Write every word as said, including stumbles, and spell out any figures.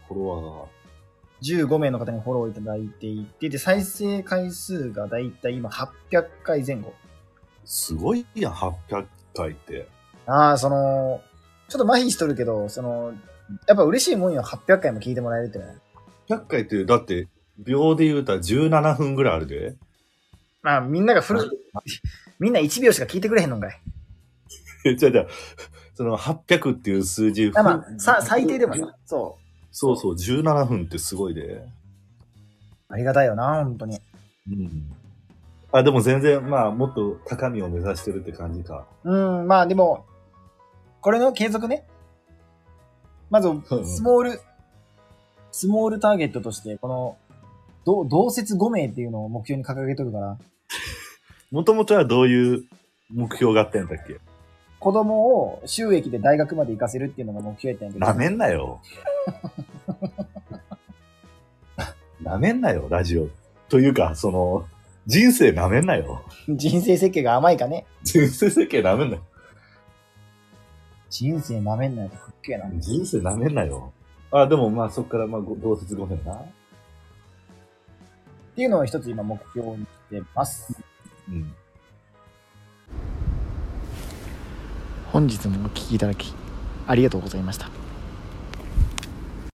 フォロワーが。 じゅうごめいの方にフォローいただいていて、で、再生回数がだいたい今はっぴゃっかいぜん後。 すごいやん、はっぴゃっかいって。 ああ、その、ちょっと麻痺しとるけど、その、やっぱ嬉しいもんよ、はっぴゃっかいも聞いてもらえるってね。 ひゃっかいって、だって、秒で言うたらじゅうななふんぐらいあるで。 まあ、みんながフル、みんないちびょうしか聞いてくれへんのかい。 え、じゃあじゃあ、そのはっぴゃくっていう数字、 あまあ、さ、最低でもさ、そう。 そうそう、じゅうななふんってすごいで。 ありがたいよな、本当に。 うん。あ、でも全然、まあ、もっと高みを目指してるって感じか。 うん、まあでも、これの継続ね。まず、スモール、スモールターゲットとして、この、ど同説ごめいっていうのを目標に掲げとるから。 もともとはどういう目標があったんだっけ？ 子供を収益で大学まで行かせるっていうのが目標やったんやけど。 なめんなよ。なめんなよ、ラジオ。というか、その、人生なめんなよ。 人生設計が甘いかね。 人生設計なめんなよ。 人生なめんなよってかっけえな。 人生なめんなよ。あ、でもまあそっからまあ同説ごめんな。 っていうのを一つ今目標にしてます。 うん。 本日もお聞きいただきありがとうございました。